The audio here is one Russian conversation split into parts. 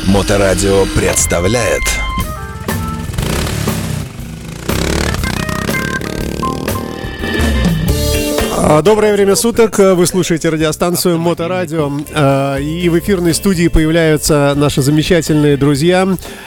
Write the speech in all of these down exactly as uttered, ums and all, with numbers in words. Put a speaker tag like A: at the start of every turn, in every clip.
A: Моторадио представляет
B: Доброе время суток, вы слушаете радиостанцию Моторадио, и в эфирной студии появляются наши замечательные друзья.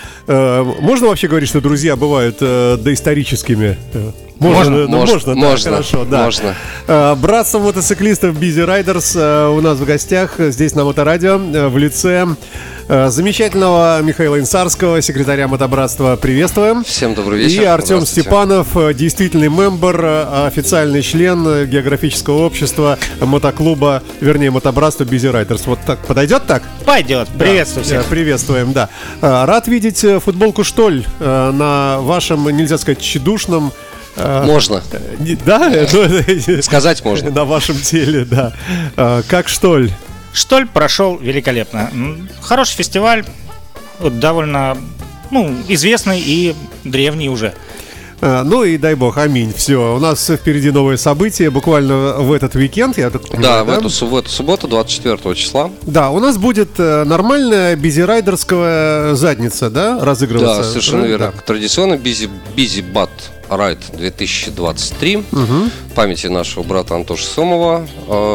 B: Можно вообще говорить, что друзья бывают доисторическими?
C: Можно,
B: можно,
C: можно,
B: можно,
C: можно,
B: да, хорошо, да.
C: можно.
B: Братство мотоциклистов Busy Riders у нас в гостях здесь на Моторадио в лице замечательного Михаила Инсарского, секретаря мотобратства. Приветствуем.
C: Всем добрый вечер.
B: И Артем Степанов, действительный мембер, официальный член географического общества мотоклуба, вернее мотобратства Busy Riders. Вот так подойдет так?
D: Пойдет. Приветствую
B: Да,
D: всех.
B: Приветствуем, да. Рад видеть футболку «Штоль» на вашем, нельзя сказать, тщедушном.
C: Можно.
B: Да?
C: Сказать можно.
B: На вашем теле, да. Как «Штоль»?
D: Штоль прошел великолепно. Хороший фестиваль, довольно ну, известный и древний уже.
B: Ну и дай бог, аминь. Все, у нас впереди новые события. Буквально в этот уикенд, я так понимаю,
C: да,
B: да?
C: в эту, в эту субботу, двадцать четвёртого числа.
B: Да, у нас будет нормальная бизирайдерская задница, да, разыгрываться.
C: Да, совершенно верно. Да. Традиционно Busy, Busy Bat Ride две тысячи двадцать три. Угу. В памяти нашего брата Антоши Сомова.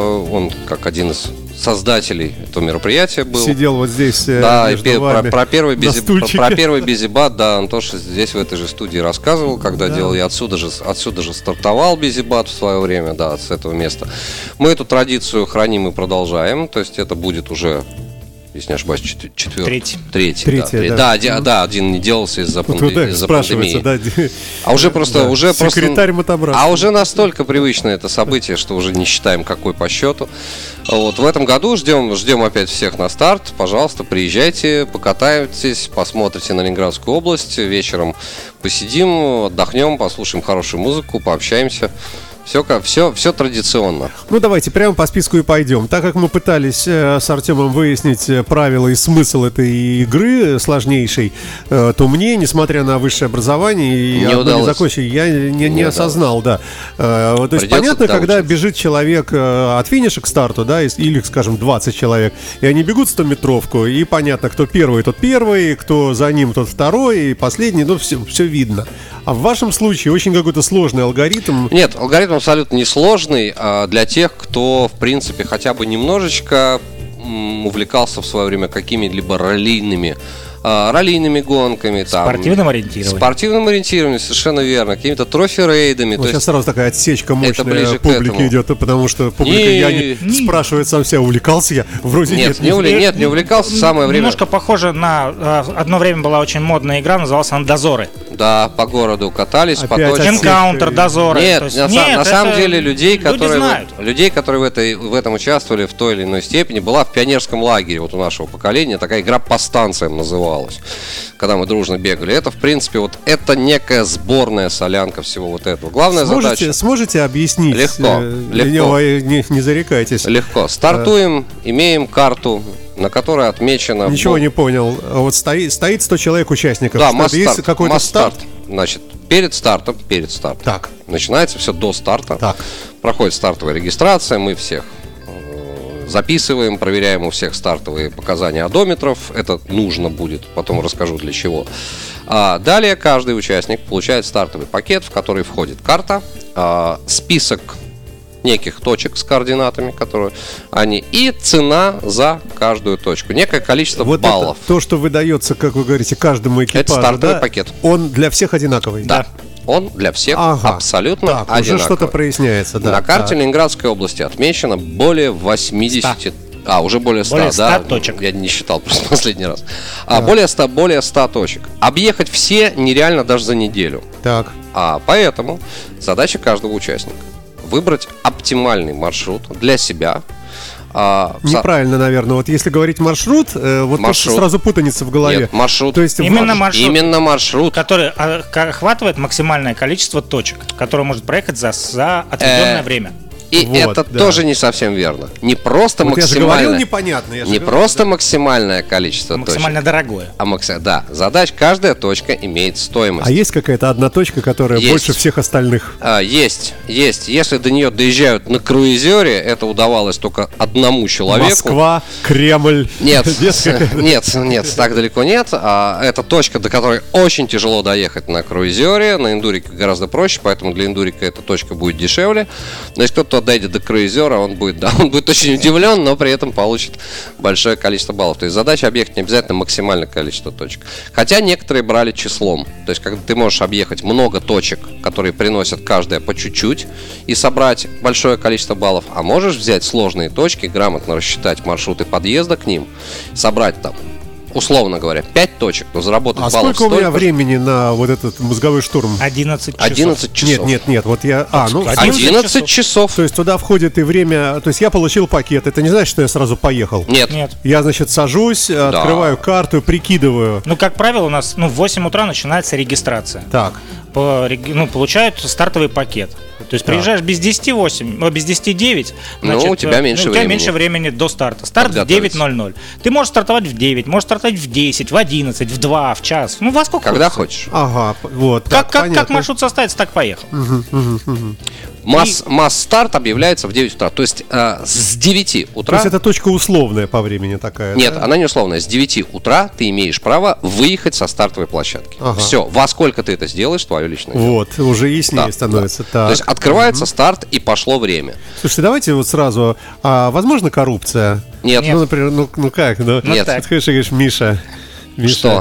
C: Он как один из создателей этого мероприятия был.
B: Сидел вот здесь.
C: Да, и пер, про, про первый
B: бизи,
C: про, про первый бизибат, да, Антоша здесь в этой же студии рассказывал, когда да. делал, я отсюда же, отсюда же стартовал бизибат в свое время, да, с этого места. Мы эту традицию храним и продолжаем, то есть это будет уже, если не ошибаюсь, четвертый.
D: Третий.
C: Третий,
B: Третий,
C: да. Да, да, один, да, один не делался из-за,
B: вот
C: панде... из-за пандемии. Да. А уже просто,
B: да.
C: уже
B: секретарь мотобратства.
C: А уже настолько привычно это событие, что уже не считаем, какой по счету. Вот в этом году ждем, ждем опять всех на старт. Пожалуйста, приезжайте, покатайтесь, посмотрите на Ленинградскую область. Вечером посидим, отдохнем, послушаем хорошую музыку, пообщаемся. Все, все, все традиционно.
B: Ну давайте прямо по списку и пойдем. Так как мы пытались э, с Артемом выяснить правила и смысл этой игры сложнейшей, э, то мне, несмотря на высшее образование и
C: не
B: одно закончил, я не, не, не осознал, да. Э, то есть понятно, когда учиться. Бежит человек э, от финиша к старту, да, или, скажем, двадцать человек, и они бегут стометровку, и понятно, кто первый, тот первый, кто за ним, тот второй, и последний, ну все, все видно. А в вашем случае очень какой-то сложный алгоритм.
C: Нет, алгоритм абсолютно несложный а для тех, кто, в принципе, хотя бы немножечко м, увлекался в свое время какими-либо раллийными а, раллийными гонками,
D: спортивным
C: там,
D: ориентированием.
C: Спортивным ориентированием, совершенно верно. Какими-то трофи-рейдами.
B: Вот сейчас есть... сразу такая отсечка мощная публики идет, потому что публика
C: не,
B: я не, не спрашивает сам себя, увлекался я? Вроде
C: нет.
B: Нет,
C: не, увли... нет, не увлекался в самое время.
D: Немножко похоже на... Одно время была очень модная игра, называлась она «Дозоры».
C: Да, по городу катались, по точке.
D: Энкаунтер, дозоры.
C: Нет,
D: есть,
C: на,
D: нет
C: на самом деле людей, которые,
D: знают.
C: Вот, людей, которые в, этой, в этом участвовали в той или иной степени, была в пионерском лагере вот у нашего поколения такая игра по станциям называлась, когда мы дружно бегали. Это, в принципе, вот это некая сборная солянка всего вот этого. Главная
B: сможете,
C: задача...
B: Сможете объяснить?
C: Легко,
B: э,
C: легко.
B: Не, не, не зарекайтесь.
C: Легко. Стартуем, а... имеем карту, на которой отмечено...
B: Ничего был... не понял. Вот стоит, стоит сто человек участников.
C: Да, масс-старт.
B: Какой-то старт?
C: Значит, перед стартом, перед стартом.
B: Так.
C: Начинается все до старта.
B: Так.
C: Проходит стартовая регистрация, мы всех э, записываем, проверяем у всех стартовые показания одометров. Это нужно будет, потом расскажу для чего. А далее каждый участник получает стартовый пакет, в который входит карта, э, список неких точек с координатами, которые они, и цена за каждую точку. Некое количество
B: вот
C: баллов.
B: Это то, что выдается, как вы говорите, каждому экипажу.
C: Это стартовый
B: да?
C: пакет.
B: Он для всех одинаковый.
C: Да. Он для всех
B: ага.
C: абсолютно
B: так,
C: одинаковый.
B: Уже что-то проясняется. Да.
C: На карте
B: так.
C: Ленинградской области отмечено более восемьдесят. сто. А, уже более ста,
D: более ста
C: да?
D: точек.
C: Я не считал просто последний раз. А, более ста, более ста точек. Объехать все нереально даже за неделю.
B: Так.
C: А поэтому задача каждого участника выбрать оптимальный маршрут для себя.
B: А, Неправильно, наверное. Вот если говорить маршрут, э, вот
C: маршрут.
B: сразу путаница в голове.
C: Нет, маршрут.
D: То есть именно маршрут,
C: именно маршрут,
D: который охватывает максимальное количество точек, которое может проехать за, за отведенное
C: э,
D: время.
C: И вот, это да. тоже не совсем верно. Не просто вот максимальное,
B: я же говорил, непонятно, я же
C: не
B: говорил,
C: просто
B: да.
C: максимальное количество
D: максимально
C: точек,
D: дорогое.
C: А максим... Да, задач, каждая точка имеет стоимость.
B: А есть какая-то одна точка, которая
C: есть.
B: больше всех остальных?
C: А, есть, есть. Если до нее доезжают на круизере, это удавалось только одному человеку.
B: Москва, Кремль.
C: Нет, нет, нет, так далеко нет. А, это точка, до которой очень тяжело доехать на круизере. На эндурике гораздо проще, поэтому для эндурика эта точка будет дешевле. Но если кто-то дойдет до круизера, он будет, да, он будет очень удивлен, но при этом получит большое количество баллов. То есть задача объехать не обязательно максимальное количество точек. Хотя некоторые брали числом. То есть когда ты можешь объехать много точек, которые приносят каждая по чуть-чуть, и собрать большое количество баллов, а можешь взять сложные точки, грамотно рассчитать маршруты подъезда к ним, собрать там, условно говоря, пять точек, но заработать
B: а
C: баллов
B: сколько у меня времени на вот этот мозговой штурм?
D: одиннадцать часов.
C: одиннадцать часов.
B: Нет, нет, нет, вот я... А, ну,
C: одиннадцать часов.
B: То есть туда входит и время... То есть я получил пакет, это не значит, что я сразу поехал?
C: Нет.
D: Нет.
B: Я, значит, сажусь, да. открываю карту, прикидываю.
D: Ну, как правило, у нас ну, в восемь утра начинается регистрация.
B: Так.
D: По, ну, получают стартовый пакет. То есть приезжаешь без десяти восемь, без десяти девять, значит,
C: ну, у тебя меньше
D: ну, у тебя
C: времени.
D: меньше времени до старта. Старт в девять ноль ноль. Ты можешь стартовать в девять, можешь стартовать в десять, в одиннадцать, в два, в час. Ну, во сколько
C: Когда
D: хочешь.
C: хочешь.
B: Ага, вот.
D: Как,
B: так,
D: как, как маршрут составится, так поехал.
B: Угу, угу, угу.
C: Масс, и... масс-старт объявляется в девять утра. То есть э, с девяти утра...
B: То есть это точка условная по времени такая?
C: Нет,
B: да?
C: она не условная. С девяти утра ты имеешь право выехать со стартовой площадки. Ага. Все. Во сколько ты это сделаешь, твое личное дело.
B: Вот, уже яснее
C: да,
B: становится.
C: Да.
B: Так.
C: То есть открывается угу. старт, и пошло время.
B: Слушайте, давайте вот сразу... А возможно коррупция?
C: Нет.
B: Ну, например, ну, ну как? Ну,
C: Нет.
B: Ты ходишь и говоришь, Миша, Миша,
C: что?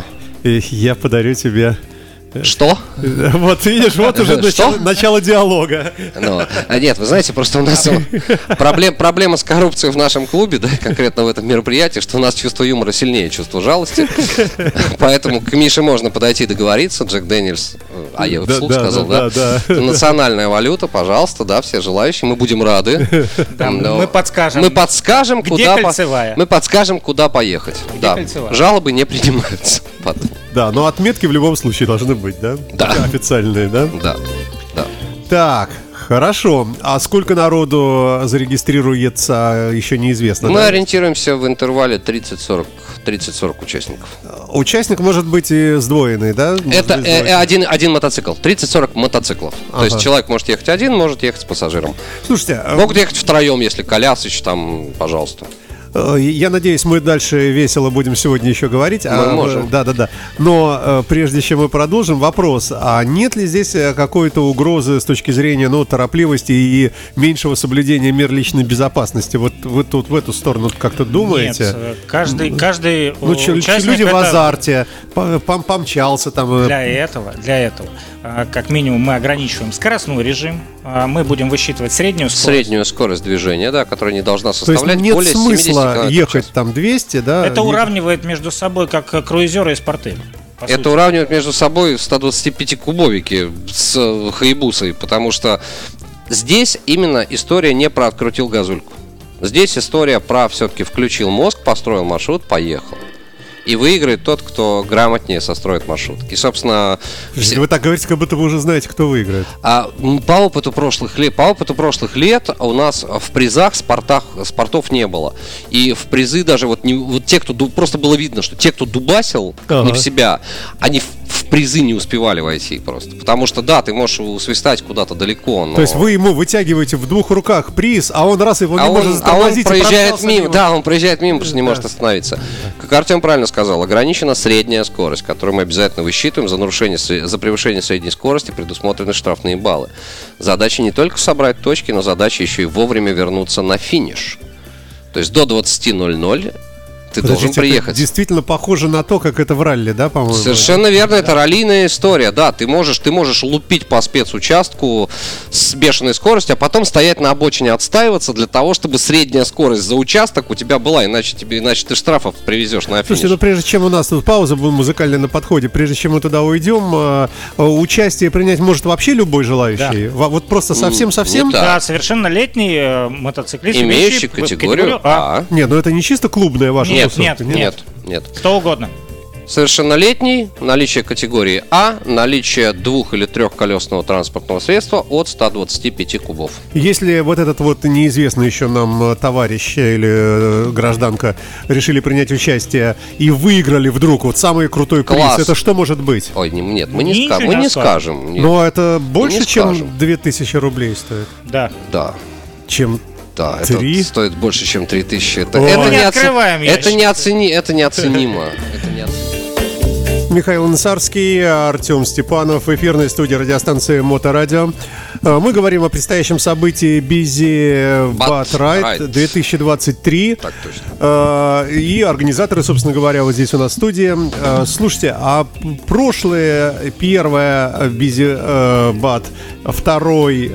B: Я подарю тебе...
C: Что?
B: Вот видишь, вот уже начало, начало диалога.
C: Ну, а нет, вы знаете, просто у нас проблем, проблема с коррупцией в нашем клубе, да, конкретно в этом мероприятии, что у нас чувство юмора сильнее чувства жалости. Поэтому к Мише можно подойти и договориться. Джек Дэниелс, а я вслух
B: да,
C: сказал,
B: да,
C: да,
B: да, да.
C: национальная валюта, пожалуйста, да, все желающие, мы будем рады.
D: Да,
C: Но
D: мы подскажем.
C: Мы подскажем,
D: где
C: куда
D: кольцевая?
C: По... Мы подскажем, куда поехать.
D: Где
C: да.
D: кольцевая?
C: Жалобы не принимаются. Потом.
B: Да, но отметки в любом случае должны быть, да?
C: Да.
B: Официальные, да?
C: Да, да.
B: Так, хорошо. А сколько народу зарегистрируется, еще неизвестно,
C: Мы
B: да?
C: ориентируемся в интервале тридцать-сорок участников.
B: Участник может быть и сдвоенный, да? Может
C: Это
B: э,
C: один, один мотоцикл. тридцать-сорок мотоциклов.
B: Ага.
C: То есть человек может ехать один, может ехать с пассажиром.
B: Слушайте,
C: Могут ехать втроем, если колясыч, там, пожалуйста.
B: Я надеюсь, мы дальше весело будем сегодня еще говорить.
C: Мы
B: а,
C: можем.
B: Да, да, да. Но э, прежде чем мы продолжим, вопрос: а нет ли здесь какой-то угрозы с точки зрения, ну, торопливости и меньшего соблюдения мер личной безопасности? Вот вы тут в эту сторону как-то думаете?
D: Нет, каждый, каждый
B: ну,
D: участник
B: люди
D: это...
B: в азарте, пом помчался там.
D: Для этого, для этого, как минимум, мы ограничиваем скоростной режим. Мы будем высчитывать среднюю скорость.
C: Среднюю скорость движения, да, которая не должна составлять
B: То есть нет
C: более
B: смысла ехать там двести, да?
D: Это уравнивает между собой как круизеры и спорты.
C: Это сути. Уравнивает между собой сто двадцать пять кубовики с Хаябусой, потому что здесь именно история не про открутил газульку. Здесь история про все-таки включил мозг, построил маршрут, поехал. И выиграет тот, кто грамотнее состроит маршрут. И, собственно...
B: Все... Вы так говорите, как будто вы уже знаете, кто выиграет.
C: А, по опыту прошлых лет, по опыту прошлых лет у нас в призах спортах, спортов не было. И в призы даже вот, не, вот те, кто... Просто было видно, что те, кто дубасил ага. не в себя, они в, в призы не успевали войти просто. Потому что, да, ты можешь усвистать куда-то далеко, но...
B: То есть вы ему вытягиваете в двух руках приз, а он раз его не
C: а
B: может
C: он,
B: затормозить.
C: А он проезжает мимо. мимо. Да, он проезжает мимо, потому что не
B: да.
C: может остановиться. Как Артем правильно сказал, сказал, ограничена средняя скорость, которую мы обязательно высчитываем. За нарушение, за превышение средней скорости предусмотрены штрафные баллы. Задача не только собрать точки, но задача еще и вовремя вернуться на финиш. То есть до двадцати ноль-ноль ты
B: Подождите,
C: должен приехать.
B: Это действительно похоже на то, как это в ралли, да, по-моему?
C: Совершенно верно, это раллийная история. Да, ты можешь, ты можешь лупить по спецучастку с бешеной скоростью, а потом стоять на обочине, отстаиваться для того, чтобы средняя скорость за участок у тебя была, иначе тебе, иначе ты штрафов привезешь на финиш.
B: Слушайте, ну прежде чем у нас тут пауза будет музыкальная на подходе, прежде чем мы туда уйдем, участие принять может вообще любой желающий? Да. Вот просто совсем-совсем?
D: Да, совершеннолетний мотоциклист,
C: имеющий категорию А.
B: Нет, ну это не чисто клубная ваша
D: Нет,
B: тусовка,
D: нет, нет, нет. Кто угодно.
C: Совершеннолетний, наличие категории А, наличие двух- или трехколесного транспортного средства от ста двадцати пяти кубов.
B: Если вот этот вот неизвестный еще нам товарищ или гражданка решили принять участие и выиграли вдруг вот самый крутой приз,
C: Класс.
B: Это что может быть?
C: Ой, не, нет, мы не,
D: Ничего
C: ска- мы
D: не
C: не
D: скажем.
C: скажем. Нет.
B: Но это больше,
C: не
B: чем
C: скажем.
B: две тысячи рублей стоит.
D: Да.
C: Да.
B: Чем
C: Да,
B: Три?
C: это стоит больше, чем три тысячи. Это,
B: О.
C: это,
B: Мы
D: не
C: не
D: открываем
C: оце... это,
D: ящик.
C: не оцени... это неоценимо. Это неоценимо.
B: Михаил Насарский, Артем Степанов в эфирной студии радиостанции Моторадио. Мы говорим о предстоящем событии Busy Bat Ride две тысячи двадцать три.
C: Так точно.
B: И организаторы, собственно говоря, вот здесь у нас в студии. Слушайте, а прошлое, первое Busy Bat, второй,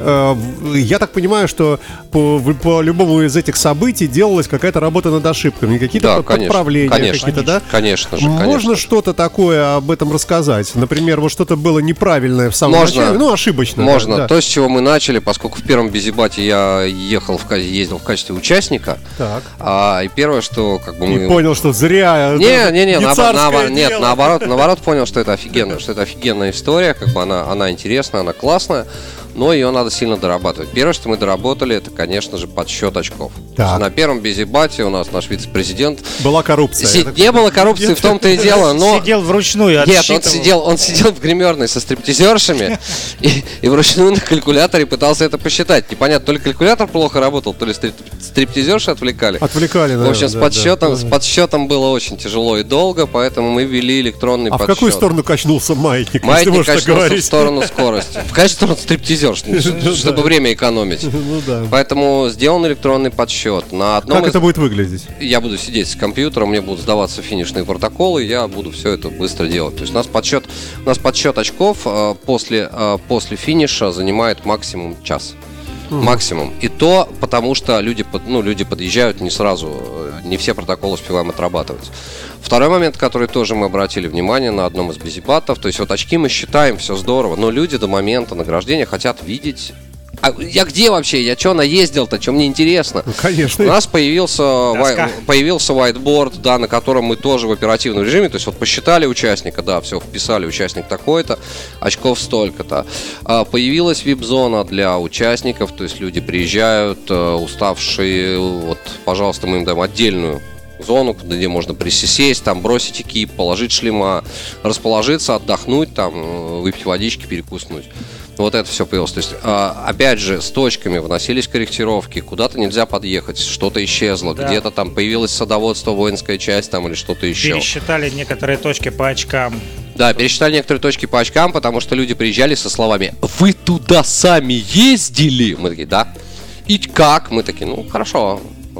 B: я так понимаю, что по, по любому из этих событий делалась какая-то работа над ошибками, какие-то
C: Да,
B: под-
C: конечно,
B: подправления,
C: конечно,
B: какие-то, да?
C: Конечно же, конечно
B: Можно
C: же.
B: что-то такое об этом рассказать? Например, вот что-то было неправильное в самом
C: Можно.
B: начале, ну, ошибочно.
C: Можно.
B: Да, да.
C: То, с чего мы начали, поскольку в первом Бизибате я ехал, в, ка- ездил в качестве участника.
B: Так.
C: А, и первое, что как бы мы...
B: И понял, что зря.
C: Не,
B: это
C: не, не,
B: не
C: наоборот,
B: царское
C: наоборот, нет,
B: дело.
C: наоборот, наоборот, понял, что это офигенно, что это офигенная история, как бы она, она интересная, она классная, но ее надо сильно дорабатывать. Первое, что мы доработали, это, конечно же, подсчет очков. То есть
B: Так.
C: на первом Бизибате у нас наш вице-президент.
B: Была коррупция.
C: Си-
B: я так
C: Не было коррупции, в том-то и дело, но...
D: Сидел вручную,
C: Нет, он
D: отсчитывал.
C: сидел, он сидел в гримерной со стриптизершами и, и вручную на калькуляторе пытался это посчитать. Непонятно, то ли калькулятор плохо работал, то ли стрип- стриптизерши отвлекали.
B: Отвлекали,
C: В общем, с
B: наверное, да,
C: подсчетом,
B: да.
C: с подсчетом было очень тяжело и долго, поэтому мы ввели электронный
B: А в
C: подсчет.
B: какую сторону качнулся маятник, если
C: Маятник
B: можно так
C: качнулся в
B: говорить?
C: сторону скорости. В какую сторону стриптизерш, ну, чтобы время экономить.
B: Ну да.
C: Поэтому сделан электронный подсчет. На одном
B: Как
C: из-
B: это будет выглядеть?
C: Я буду сидеть с компьютером, мне будут сдаваться финишные протоколы, я буду все это быстро делать. То есть у нас подсчет, у нас подсчет очков э, после, э, после финиша занимает максимум час. Максимум. И то потому, что люди, под- ну, люди подъезжают не сразу, э, не все протоколы успеваем отрабатывать. Второй момент, который тоже мы обратили внимание на одном из бизибатов, то есть вот очки мы считаем, все здорово, но люди до момента награждения хотят видеть... А я где вообще? Я что наездил-то? Что мне интересно?
B: Ну, конечно.
C: У нас появился,
D: Доска.
C: вай- появился whiteboard, да, на котором мы тоже в оперативном режиме, то есть вот посчитали участника, да, все, вписали участник такой-то, очков столько-то. А, появилась вип-зона для участников, то есть люди приезжают, э, уставшие, вот, пожалуйста, мы им даем отдельную зону, где можно присесть, там бросить экип, положить шлема, расположиться, отдохнуть, там, э, выпить водички, перекуснуть. Вот это все появилось. То есть, а, опять же, с точками вносились корректировки, куда-то нельзя подъехать, что-то исчезло,
D: Да.
C: где-то там появилось садоводство, воинская часть там или что-то еще.
D: Пересчитали некоторые точки по очкам.
C: Да, пересчитали некоторые точки по очкам, потому что люди приезжали со словами: «Вы туда сами ездили?» Мы такие: «Да». «И как?» Мы такие: «Ну, хорошо».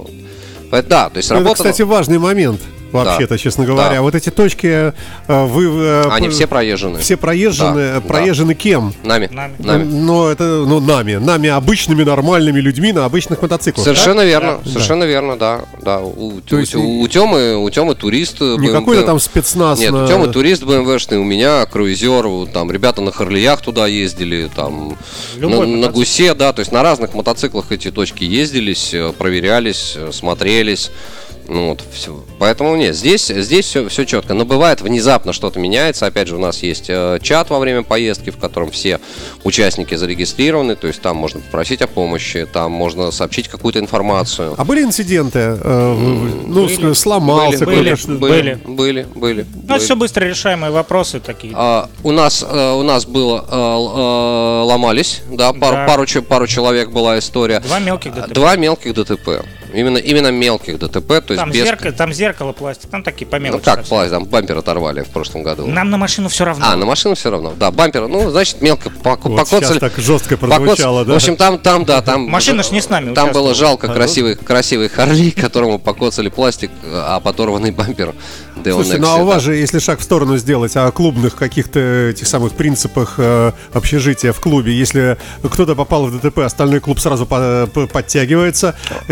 C: Вот. Да, то есть
B: Ну, это,
C: работа...
B: кстати, важный момент. Вообще-то,
C: Да.
B: честно говоря,
C: Да.
B: вот эти точки, э, вы... э,
C: Они
B: п-
C: все проезжены.
B: все проезжены,
C: Да,
B: проезжены кем?
C: Нами.
D: Нами.
C: Нами.
B: Но это, ну, нами, нами обычными нормальными людьми на обычных мотоциклах.
C: Совершенно
B: так?
C: верно,
B: Да.
C: совершенно верно, да, да. У,
B: То
C: у-
B: есть
C: у- у Тёмы, у Тёмы турист.
B: Не
C: бэ эм вэ.
B: какой-то там спецназ.
C: Нет,
B: на-
C: у Тёмы турист бэ эм вэ-шный, у меня круизер, вот там ребята на Харлиях туда ездили, там на,
D: Любой
C: на
D: мотоцикл.
C: Гусе, да, то есть на разных мотоциклах эти точки ездились, э, проверялись, э, смотрелись. Ну, вот, всё. Поэтому нет, здесь, здесь все, все четко. Но бывает, внезапно что-то меняется. Опять же, у нас есть э, чат во время поездки, в котором все участники зарегистрированы. То есть там можно попросить о помощи, там можно сообщить какую-то информацию.
B: А были инциденты? э, в- ну,
D: Были.
B: с- сломался
C: были,
B: кто-то, что-
C: были,
D: были.
C: были, были,
D: Ну,
C: были.
D: это все быстро решаемые вопросы такие.
C: А, у нас э, у нас было э, л- э, ломались, да, пару,
D: Да.
C: пару, че- пару человек была история.
D: Два мелких ДТП.
C: Два мелких ДТП. Именно, именно мелких ДТП, то есть
D: Там,
C: без...
D: зеркало, там зеркало, пластик, там такие по
C: Ну
D: мелочи
C: как
D: совсем.
C: плазь, там бампер оторвали в прошлом году.
D: Нам на машину все равно.
C: А, на машину все равно. Да, бампер, ну, значит, мелко пок-
B: Вот
C: покоцали.
B: сейчас так жестко
C: покоц-
B: прозвучало, да?
C: В общем, там, там, да, там...
D: Машина ж не с нами
C: Там было
D: участвовала.
C: жалко красивый, красивый Харли, которому покоцали пластик, а подорванный бампер Део
B: Слушайте, ну а у вас же, если шаг в сторону сделать, о клубных каких-то этих самых принципах э, общежития в клубе, если кто-то попал в ДТП, остальной клуб сразу по- по- подтягивается, изолирует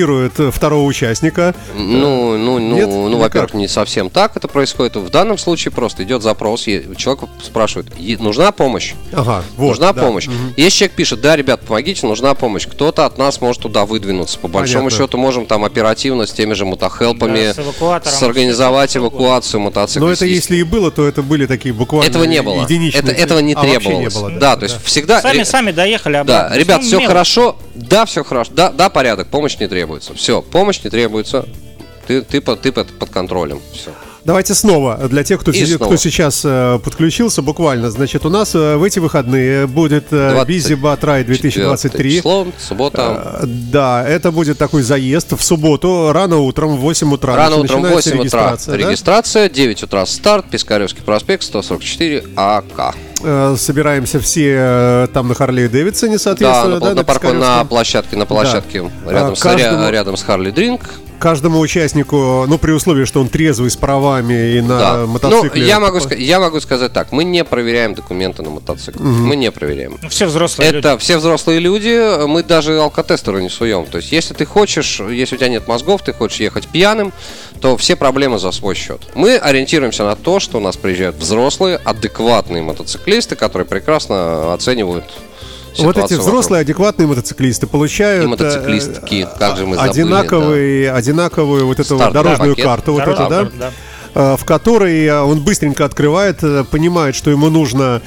B: игнорирует второго участника.
C: Ну, ну, ну,
B: Нет?
C: ну, во-первых, не совсем так это происходит. В данном случае просто идет запрос, человек спрашивает, нужна помощь?
B: Ага, вот,
C: нужна
B: да.
C: помощь. Угу. Если человек пишет, да, ребят, помогите, нужна помощь, кто-то от нас может туда выдвинуться. По большому Понятно. счету можем там оперативно с теми же мотохелпами да, сорганизовать эвакуацию мотоциклистов.
B: Но это если и было, то это были такие буквально
C: этого не было.
B: единичные.
C: Это, этого не а, требовалось. Не было, да, да, то есть
B: да.
C: всегда.
D: Сами, ре... сами доехали обратно.
C: Да, ребят, все мелочь. хорошо. Да, все хорошо. Да, да, порядок. Помощь не требуется. Все, помощь не требуется. Ты, ты, ты, ты под, под контролем. Все.
B: Давайте снова, для тех, кто, си- кто сейчас э, подключился, буквально, значит, у нас э, в эти выходные будет э, Busy Bat Ride две тысячи двадцать три.
C: Число, суббота.
B: Э, да, это будет такой заезд в субботу, рано утром, в восемь утра.
C: Рано утром, в восемь утра
B: регистрация,
C: да? регистрация, девять утра старт, Пискаревский проспект, сто сорок четыре АК.
B: Э, собираемся все э, там на Харли Дэвидсоне, соответственно.
C: Да, на,
B: да,
C: на, парку, на площадке, на площадке да. рядом, а, с, каждому... рядом с Харли Дринк.
B: Каждому участнику, ну, при условии, что он трезвый, с правами и на да. мотоцикле.
C: Ну, я могу, я могу сказать так, мы не проверяем документы на мотоцикле. Угу. Мы не проверяем.
D: Все взрослые
C: Это
D: люди.
C: все взрослые люди, мы даже алкотестеру не суем. То есть, если ты хочешь, если у тебя нет мозгов, ты хочешь ехать пьяным, то все проблемы за свой счет. Мы ориентируемся на то, что у нас приезжают взрослые, адекватные мотоциклисты, которые прекрасно оценивают
B: вот эти взрослые, вокруг. адекватные мотоциклисты получают
C: и мотоциклистки, как же мы забыли,
B: одинаковый, да. одинаковую вот эту вот дорожную пакет. карту, вот эту, да, да. в которой он быстренько открывает, понимает, что ему нужно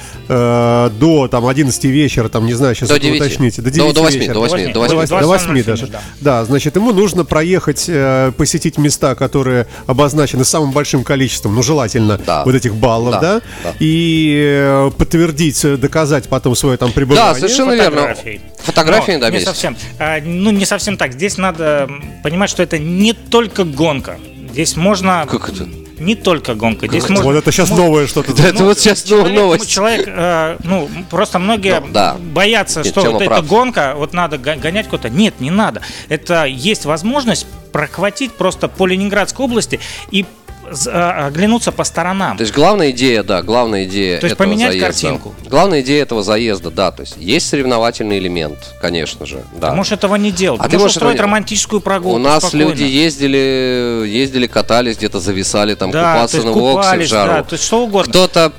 B: э, до там, одиннадцати вечера, там, не знаю, сейчас это уточните, до девяти
C: до восьми,
B: вечера.
C: До восьми, до восьми,
B: до восьми даже. Да. да, значит, ему нужно проехать, э, посетить места, которые обозначены самым большим количеством, ну, желательно, да. вот этих баллов, да, да? да. и э, подтвердить, доказать потом свое там пребывание.
C: Да, совершенно верно. Фотографии на месте.
D: Не совсем. А, ну, не совсем так. Здесь надо понимать, что это не только гонка. Здесь можно...
C: Как это?
D: Не только гонка. Здесь
B: это?
D: можно,
B: вот это сейчас
D: можно,
B: новое что-то.
C: Ну, это вот сейчас
D: человек,
C: новость.
D: Человек, э, ну, просто многие ну, да. боятся, Нет, что вот эта гонка, вот надо гонять куда-то. Нет, не надо. Это есть возможность прохватить просто по Ленинградской области и оглянуться по сторонам.
C: То есть главная идея, да, главная идея
D: то есть
C: этого
D: поменять
C: заезда.
D: Картинку.
C: Главная идея этого заезда, да, то есть есть соревновательный элемент, конечно же. Да.
D: Ты можешь этого не делать.
C: А
D: ты,
C: ты
D: можешь устроить
C: этого...
D: романтическую прогулку.
C: У нас
D: спокойно.
C: люди ездили, ездили, катались, где-то зависали, там
D: да,
C: купаться на Воксе в жару.
D: Да, то есть что угодно.
C: Кто-то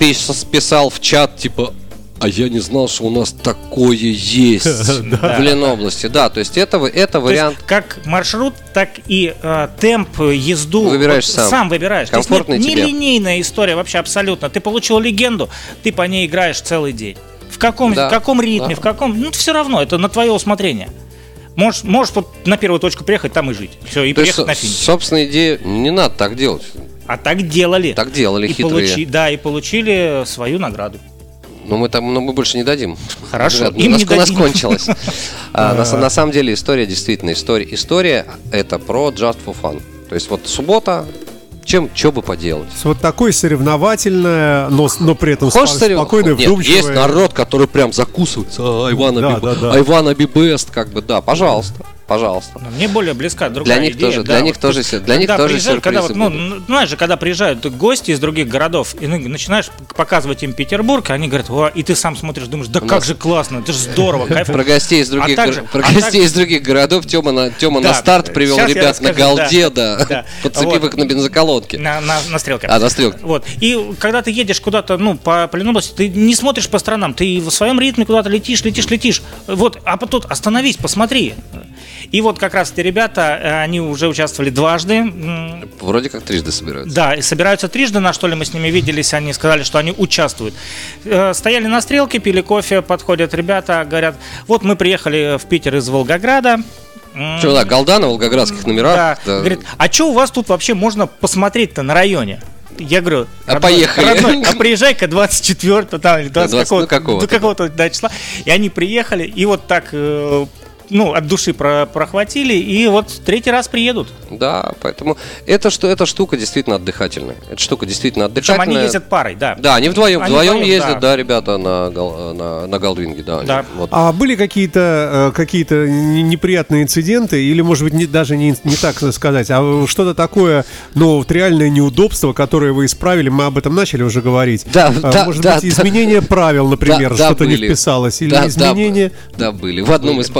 C: писал в чат типа: а я не знал, что у нас такое есть в Ленобласти. Да, то есть это, это вариант.
D: Как маршрут, так и э, темп, езду.
C: Выбираешь сам.
D: Сам выбираешь.
C: Комфортно
D: тебе.
C: Не
D: линейная история вообще абсолютно. Ты получил легенду, ты по ней играешь целый день. В каком,
C: да,
D: в каком ритме,
C: да.
D: в каком... Ну, все равно, это на твое усмотрение. Можешь, можешь вот на первую точку приехать, там и жить. Все, и
C: то
D: приехать
C: есть,
D: на финиш.
C: Собственно, идея, не надо так делать.
D: А так делали.
C: Так делали,
D: и
C: хитрые.
D: Получи, да, и получили свою награду.
C: Но мы там, но мы больше не дадим.
D: Хорошо,
C: им у нас, не у нас кончилось. а, на, на самом деле история действительно история. История это про just for fun. То есть вот суббота, чем, что бы поделать.
B: Вот такое соревновательное, но, но при этом
C: Хочешь
B: спокойное,
C: Нет,
B: вдумчивое.
C: Есть народ, который прям закусывается. I wanna
B: да,
C: be,
B: да, да.
C: I wanna be best, как бы, да, пожалуйста. Пожалуйста.
D: Но мне более близка другая
C: для них
D: идея.
C: тоже,
D: да,
C: для
D: вот,
C: них тоже, для них тоже сюрпризы
D: когда вот, ну, знаешь же, когда приезжают гости из других городов, и начинаешь показывать им Петербург, они говорят: о, и ты сам смотришь, думаешь, да У как нас... же классно, это же здорово, кайфово.
C: Про гостей из других,
D: а также,
C: про
D: а
C: гостей
D: также...
C: из других городов Тёма на, Тёма да, на старт привел ребят расскажу, на голде, да, да, да. подцепив вот. их на бензоколонке.
D: На, на, на стрелке.
C: А, на стрелке.
D: Вот. И когда ты едешь куда-то, ну, по, по Ленобласти, ты не смотришь по сторонам, ты в своем ритме куда-то летишь, летишь, летишь. Вот, а потом остановись, посмотри. И вот как раз эти ребята, они уже участвовали дважды.
C: Вроде как трижды собираются.
D: Да, и собираются трижды, на что ли мы с ними виделись, они сказали, что они участвуют. Стояли на стрелке, пили кофе, подходят ребята, говорят: вот мы приехали в Питер из Волгограда.
C: Что, да, голда на волгоградских номерах.
D: Да. Да. Говорит: а что у вас тут вообще можно посмотреть-то на районе? Я говорю:
C: а поехали.
D: Родной, а приезжай-ка двадцать четвёртого там, или двадцать какого-то,
C: ну, какого-то,
D: до какого-то да, числа. И они приехали, и вот так... Э, ну, от души про- прохватили, и вот третий раз приедут.
C: Да, поэтому это, что, эта штука действительно отдыхательная. Эта штука действительно отдыхательная.
D: Причем они ездят парой, да.
C: Да, они вдвоем,
D: они
C: вдвоем,
D: вдвоем
C: ездят, да.
D: да,
C: ребята на, на, на Голдвинге, да.
D: да.
C: Они, вот.
B: А были какие-то, какие-то неприятные инциденты, или, может быть, не, даже не, не так сказать, а что-то такое, ну, вот реальное неудобство, которое вы исправили, мы об этом начали уже говорить.
C: Да,
B: а,
C: да,
B: может
C: да,
B: быть,
C: да.
B: изменение правил, например,
C: да,
B: что-то
C: да,
B: не вписалось, или
C: да,
B: изменение...
C: Да, да, были. В одном, из, в одном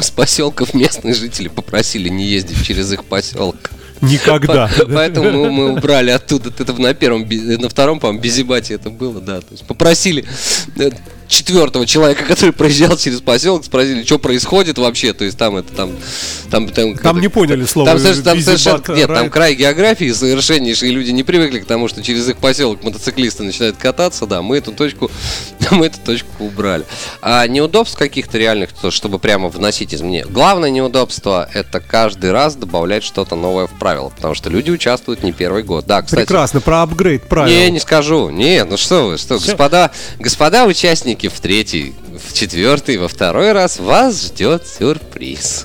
C: из поселков местные жители попросили не ездить через их поселок.
B: Никогда.
C: Поэтому мы убрали оттуда. Это на первом, на втором, по-моему, Безибате это было, да. То есть попросили четвертого человека, который проезжал через поселок, спросили, что происходит вообще. То есть там это там. Там, там,
B: там
C: это,
B: не поняли слово.
C: Там, там совершенно. Нет, там край географии совершеннейший, и люди не привыкли к тому, что через их поселок мотоциклисты начинают кататься. Да, мы эту точку, мы эту точку убрали. А неудобств каких-то реальных, чтобы прямо вносить изменения. Главное неудобство — это каждый раз добавлять что-то новое в правила, потому что люди участвуют не первый год. Да, кстати.
B: Прекрасно, про апгрейд правил.
C: Не, не скажу. Нет, ну что вы, что, господа, господа участники в третий, в четвертый, во второй раз вас ждет сюрприз.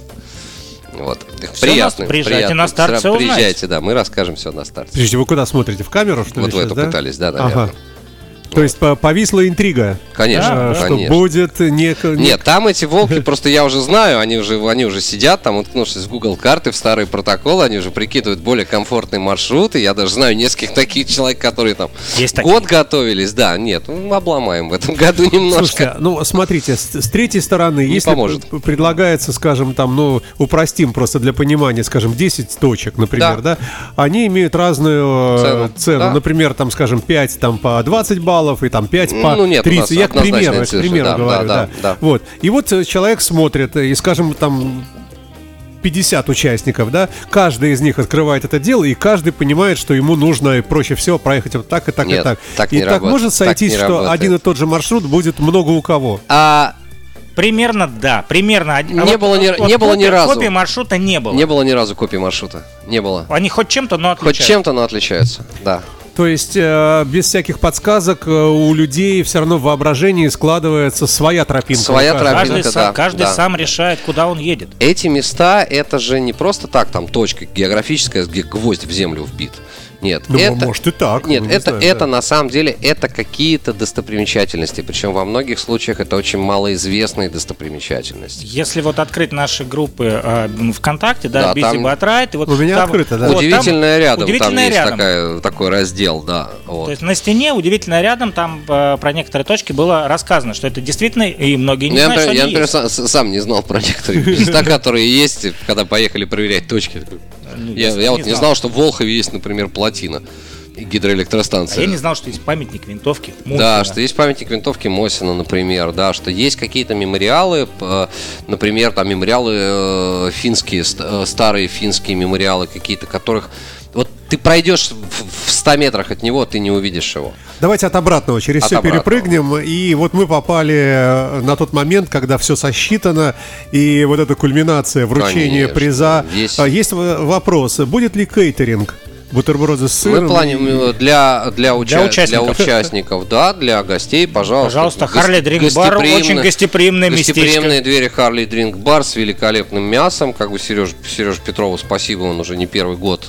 C: Вот. Приятно.
D: Приезжайте
C: приятно.
D: на старт, все
C: Приезжайте,
D: узнаете.
C: Да, мы расскажем все на старте.
B: Подождите, вы куда смотрите? В камеру, что ли?
C: Вот в эту
B: да?
C: пытались, да, наверное.
B: Ага. То есть повисла интрига.
C: Конечно,
B: а, что
C: конечно.
B: будет неко...
C: Нет, там эти волки, просто я уже знаю, они уже, они уже сидят, там, уткнувшись в Google карты, в старые протоколы, они уже прикидывают более комфортные маршруты. Я даже знаю нескольких таких человек, которые там
D: Есть
C: год
D: такие.
C: готовились. Да, нет, ну, обломаем в этом году немножко.
B: Слушайте, ну смотрите, с, с третьей стороны,
C: Не
B: если
C: поможет.
B: п- предлагается, скажем, там, ну, упростим просто для понимания, скажем, десять точек, например, да,
C: Да.
B: они имеют разную
C: Цену.
B: цену.
C: Да.
B: Например, там, скажем, пять там по двадцать баллов и там пять по
C: Ну, нет, у нас
B: тридцать. Я к примеру,
C: однозначная
B: к
C: цифра,
B: примеру
C: да,
B: говорю,
C: да,
B: да,
C: да, да.
B: Вот. И вот э, человек смотрит, и, скажем, там пятьдесят участников, да, каждый из них открывает это дело, и каждый понимает, что ему нужно проще всего проехать вот так и так
C: Нет,
B: и так.
C: так
B: и
C: не
B: так
C: работает,
B: может сойтись,
C: так не
B: что
C: работает.
B: один и тот же маршрут будет много у кого.
C: А
D: Примерно, да, примерно.
C: Не
D: А вот-
C: было ни-
D: вот
C: не было
D: копии-
C: ни разу.
D: Копии маршрута не было.
C: не было ни разу копии маршрута. Не было.
D: Они хоть чем-то, но
C: Хоть
D: отличаются.
C: чем-то, но отличаются. Да.
B: То есть э, без всяких подсказок э, у людей все равно в воображении складывается своя тропинка.
C: Своя
B: у каждого.
C: тропинка.
D: Каждый,
C: да,
D: сам, каждый
C: да.
D: сам решает, куда он едет.
C: Эти места, это же не просто так там точка географическая, где гвоздь в землю вбит. Нет,
B: Ну,
C: это,
B: может и так.
C: нет,
B: ну, не
C: это,
B: знаю,
C: это
B: да.
C: на самом деле это какие-то достопримечательности. Причем во многих случаях это очень малоизвестные достопримечательности.
D: Если вот открыть наши группы э, ВКонтакте, да,
C: Да,
D: Busy
C: там-
D: Bot Ride, и вот
B: У меня
D: там-
B: открыто, да.
D: вот
C: Удивительное
D: там-
C: рядом,
D: удивительное
C: там есть
D: рядом.
C: такая, такой раздел, да. Вот.
D: То есть на стене удивительно рядом там э, про некоторые точки было рассказано, что это действительно, и многие не
C: Ну, я,
D: знают,
C: например,
D: что
C: я,
D: они
C: например,
D: есть.
C: сам, сам не знал про некоторые места, которые есть, когда поехали проверять точки.
D: Ну,
C: Я, я вот не знал, что в Волхове есть, например, плотина и
D: А
C: гидроэлектростанция.
D: я не знал, что есть памятник винтовки
C: Да,
D: Мосина.
C: что есть памятник винтовки Мосина, например, да, что есть какие-то мемориалы, п- например, там мемориалы э, финские, ст- э, старые финские мемориалы какие-то, которых вот ты пройдешь в, в ста метрах от него, ты не увидишь его.
B: Давайте от обратного, через
C: От
B: все
C: обратного.
B: перепрыгнем. И вот мы попали э, на тот момент, когда все сосчитано, и вот эта кульминация, вручение
C: Конечно.
B: приза.
C: Есть-
B: А, Есть в- вопрос, будет ли кейтеринг? Бутерброды с сыром?
C: Мы планируем
B: и-
C: э, для, для, уча-
D: Для участников.
C: для участников, да, для гостей, пожалуйста.
D: Пожалуйста,
C: Гос-
D: Харли Дринк Бар,
C: гостеприимно-
D: очень гостеприимное местечко.
C: Гостеприимные двери Харли Дринк Бар с великолепным мясом. Как бы Сереж, Сереже Петрову спасибо, он уже не первый год.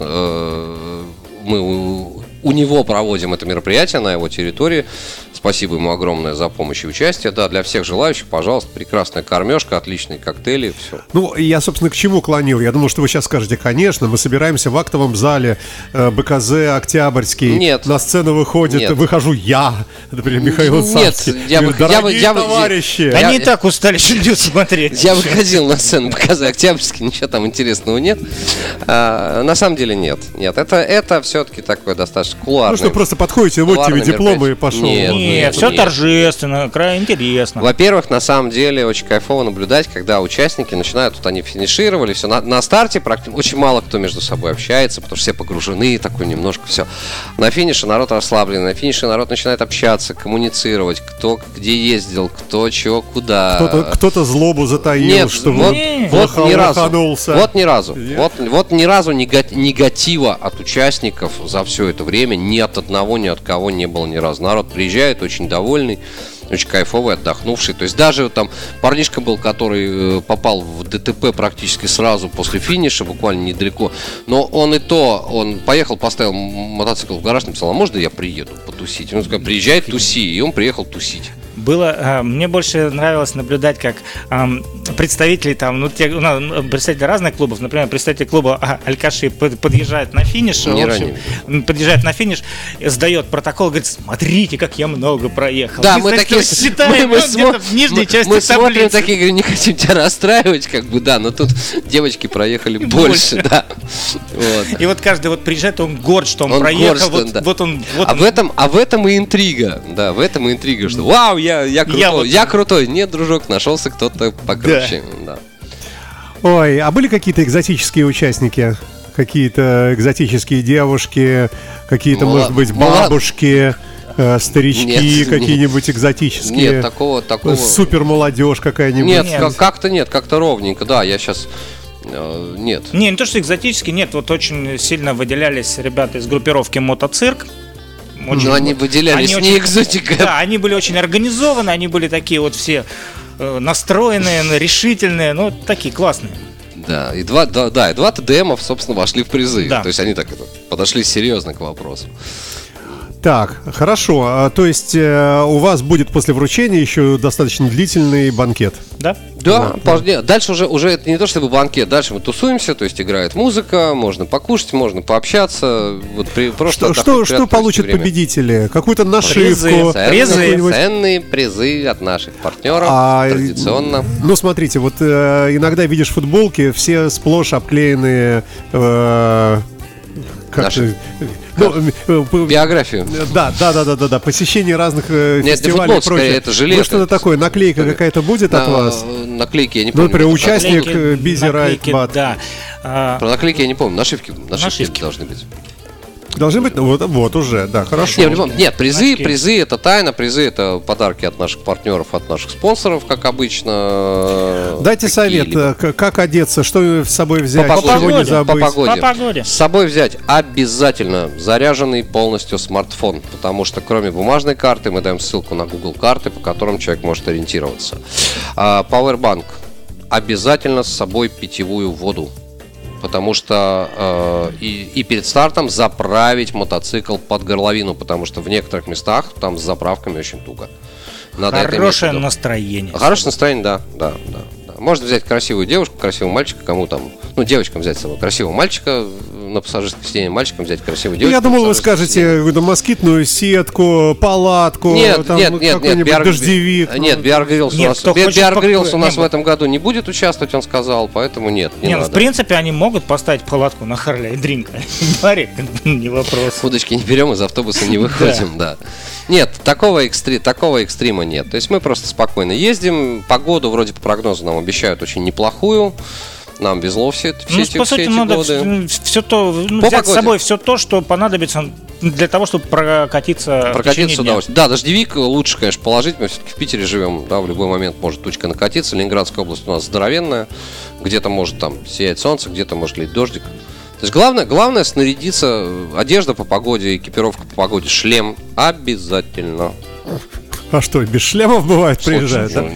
C: э, Мы у, у него проводим это мероприятие на его территории. Спасибо ему огромное за помощь и участие. Да, для всех желающих, пожалуйста, прекрасная кормежка, отличные коктейли, все.
B: Ну, я, собственно, к чему клонил? Я думал, что вы сейчас скажете, конечно, мы собираемся в актовом зале э, БКЗ Октябрьский.
C: Нет.
B: На сцену выходит,
C: Нет.
B: выхожу я, например, Михаил
C: Нет,
B: Царский.
C: я бы-
B: Говорю,
C: я бы-
B: «Дорогие
C: я бы-
B: товарищи!»
C: Я-
D: Они и так устали что смотреть.
C: Я выходил на сцену показать Октябрьский, ничего там интересного нет. А, на самом деле нет. Нет, это, это все-таки такое достаточно кулуарное.
B: Ну что, просто подходите, вот тебе
C: Кулуарное
B: диплом и
C: мероприятие.
B: пошел.
C: Нет,
D: Нет, все
C: нет.
D: торжественно, крайне интересно.
C: Во-первых, на самом деле очень кайфово наблюдать, когда участники начинают, вот они финишировали, все на, на старте практически очень мало кто между собой общается, потому что все погружены, такой немножко все. На финише народ расслабленный, на финише народ начинает общаться, коммуницировать, кто где ездил, кто чего, куда.
B: Кто-то, кто-то злобу затаил,
C: Нет,
B: что
C: вот,
D: Не.
C: вот
B: лоха-
C: ни разу,
B: лоханулся.
C: вот ни разу,
B: Нет?
C: вот, вот ни разу нега- негатива от участников за все это время ни от одного, ни от кого не было ни разу. Народ приезжает очень довольный, очень кайфовый, отдохнувший. То есть даже вот там парнишка был, который э, попал в ДТП практически сразу после финиша, буквально недалеко. Но он и то, он поехал, поставил м- мотоцикл в гараж, написал, а можно я приеду потусить? Он сказал, приезжай, туси. И он приехал тусить.
D: Было, мне больше нравилось наблюдать, как представители там, ну, те, ну, представители разных клубов, например, представитель клуба Алькаши подъезжает на финиш, в общем, подъезжает на финиш, сдает протокол, говорит: смотрите, как я много проехал.
C: Да, и, мы такие считаем, мы, мы, смо- в нижней мы, части мы смотрим такие, говорю, не хотим тебя расстраивать, как бы, да, но тут девочки проехали больше, больше да.
D: Вот. И вот каждый вот приезжает, он горд, что он, он проехал, горд, вот, да. вот он, вот
C: а
D: он.
C: в этом, а в этом и интрига, да, в этом и интрига, что вау, я, я крутой, я, вот... я крутой, нет, дружок, нашелся кто-то покруче, да. да.
B: Ой, а были какие-то экзотические участники? Какие-то экзотические девушки, какие-то, ну, может быть, бабушки, э, старички, нет, какие-нибудь нет. экзотические?
C: Нет, такого, такого...
B: Супер молодежь какая-нибудь?
C: Нет, нет. как-то нет, как-то ровненько, да, я сейчас... Нет.
D: Не, не то, что экзотически, нет, вот очень сильно выделялись ребята из группировки «Мотоцирк».
C: Очень, но они выделялись они не очень, экзотика.
D: Да, они были очень организованы, они были такие вот все э, настроенные, решительные, ну, такие классные.
C: Да, и два, да, да, и два ТДМов, собственно, вошли в призы.
D: Да.
C: То есть они так это, подошли серьезно к вопросу.
B: Так, хорошо. То есть э, у вас будет после вручения еще достаточно длительный банкет?
D: Да?
C: Да, да. Дальше уже, уже это не то чтобы банкет, дальше мы тусуемся, то есть играет музыка, можно покушать, можно пообщаться. Вот при, просто
B: что что, что получат время. Победители? Какую-то нашивку?
C: Призы, призы. Ценные призы от наших партнеров, а, традиционно.
B: Ну, смотрите, вот э, иногда видишь футболки, все сплошь обклеенные... Э,
C: Нашу ну, биографию.
B: Да, да, да, да, да, да. Посещение разных э,
C: Нет,
B: фестивалей и прочее.
C: Это жилет.
B: Ну, что-то такое, наклейка какая-то будет
C: на,
B: от вас?
C: Наклейки я не помню.
B: Ну, например, участник Busy Ride Bad.
D: Да.
C: Про наклейки я не помню. Нашивки, нашивки, нашивки. должны быть.
B: Должны быть, ну вот, вот уже, да, хорошо.
C: Нет, нет, призы, призы это тайна, призы это подарки от наших партнеров, от наших спонсоров, как обычно.
B: Дайте совет, как одеться, что с собой взять,
C: по погоде,
B: чего не забыть.
C: По погоде.
D: По погоде.
C: С собой взять обязательно заряженный полностью смартфон, потому что кроме бумажной карты мы даем ссылку на Google карты, по которым человек может ориентироваться. Powerbank. Обязательно с собой питьевую воду. Потому что э, и, и перед стартом заправить мотоцикл под горловину, потому что в некоторых местах там с заправками очень туго.
D: Надо Хорошее это настроение.
C: Хорошее настроение, да, да, да, да. Можно взять красивую девушку, красивого мальчика, кому там, ну, девочкам взять с собой красивого мальчика на пассажирском сиденье, мальчикам взять красивую девушку.
B: Я думал, вы скажете какую-то москитную сетку, палатку,
C: нет,
B: там,
C: нет, нет, нет,
B: Биар... дождевик.
C: Нет, Bear Grylls у нас, Bear Grylls у нас в этом году не будет участвовать, он сказал, поэтому нет, не, не надо.
D: В принципе, они могут поставить палатку на Харлей Дринка. Не вопрос.
C: Удочки не берем, из автобуса не выходим, да. Нет, такого, экстри... такого экстрима нет. То есть мы просто спокойно ездим. Погоду вроде по прогнозу нам обещают очень неплохую. Нам везло все, все,
D: ну,
C: эти,
D: по сути,
C: все эти
D: надо
C: годы.
D: Все то, ну, взять погоде. С собой все то, что понадобится для того, чтобы прокатиться.
C: Прокатиться с удовольствием. Да, дождевик лучше, конечно, положить. Мы все-таки в Питере живем, да, в любой момент может тучка накатиться. Ленинградская область у нас здоровенная. Где-то может там сиять солнце, где-то может лить дождик. То есть главное, главное снарядиться, одежда по погоде, экипировка по погоде, шлем обязательно.
B: А что, без шлемов бывает приезжают, да?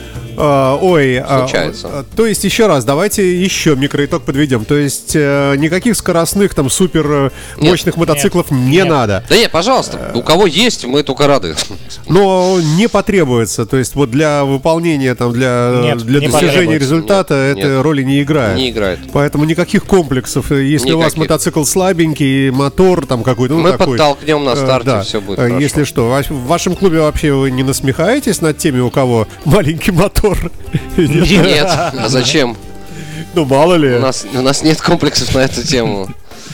B: А, ой,
C: случается.
B: А, то есть еще раз, давайте еще микроитог подведем. То есть э, никаких скоростных там супер мощных нет, мотоциклов нет, не нет. надо.
C: Да нет, пожалуйста, у кого есть, мы только рады.
B: Но не потребуется. То есть вот для выполнения там для нет, для достижения результата нет, это нет, роли не играет.
C: Не играет.
B: Поэтому никаких комплексов. Если никаких. У вас мотоцикл слабенький, мотор там какой-то, ну,
C: мы
B: такой,
C: подтолкнем на старте, да, все будет хорошо.
B: Если что, в вашем клубе вообще вы не насмехаетесь над теми, у кого маленький мотор?
C: Нет, а зачем?
B: Ну, мало ли.
C: У нас, у нас нет комплексов на эту тему.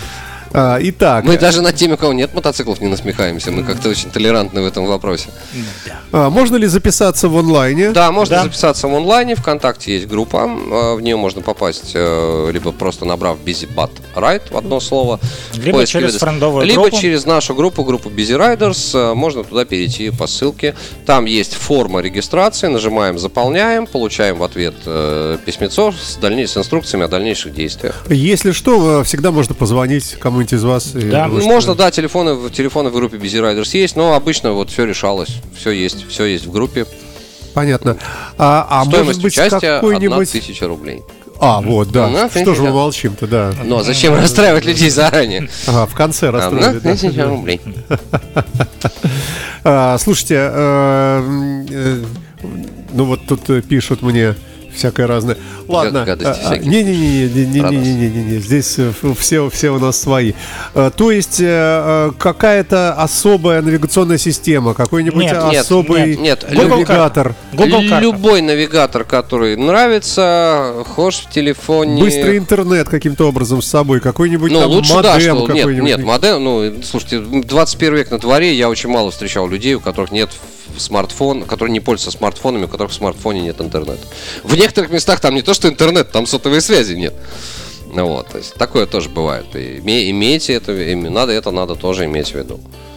B: А, итак.
C: Мы даже над теми, у кого нет мотоциклов, не насмехаемся. Мы как-то очень толерантны в этом вопросе.
B: А, можно ли записаться в онлайне?
C: Да, можно да. записаться в онлайне. ВКонтакте есть группа. В нее можно попасть, либо просто набрав Busy Bad Ride в одно слово.
D: Либо через френдовую
C: Либо
D: группу.
C: через нашу группу, группу Busy Riders. Можно туда перейти по ссылке. Там есть форма регистрации. Нажимаем, заполняем. Получаем в ответ письмецо с, дальней, с инструкциями о дальнейших действиях.
B: Если что, всегда можно позвонить кому из вас.
C: Да. Можно, да, телефоны, телефоны в группе Busy Riders есть, но обычно вот все решалось, все есть, все есть в группе.
B: Понятно. А, а
C: стоимость
B: может быть
C: участия
B: какой-нибудь...
C: одна тысяча рублей.
B: А, вот, да. Ну, что же мы молчим-то, да.
C: Ну, зачем расстраивать людей заранее?
B: Ага, в конце расстроили.
C: На тысячу рублей.
B: Слушайте, ну вот тут пишут мне всякое разное. Ладно. Не-не-не, здесь все, все у нас свои. То есть какая-то особая навигационная система, какой-нибудь
C: нет,
B: особый
C: нет, нет.
B: навигатор.
C: Любой навигатор, который нравится, хошь в телефоне.
B: Быстрый интернет каким-то образом с собой, какой-нибудь
C: ну,
B: там
C: лучше,
B: модем
C: да, что,
B: какой-нибудь.
C: Нет, нет, модем, ну, слушайте, двадцать первый век на дворе, я очень мало встречал людей, у которых нет смартфон, которые не пользуются смартфонами, у которых в смартфоне нет интернета. В некоторых местах там не то, что интернет, там сотовой связи нет. Ну вот, то есть такое тоже бывает. И имейте это, надо это надо тоже иметь в виду.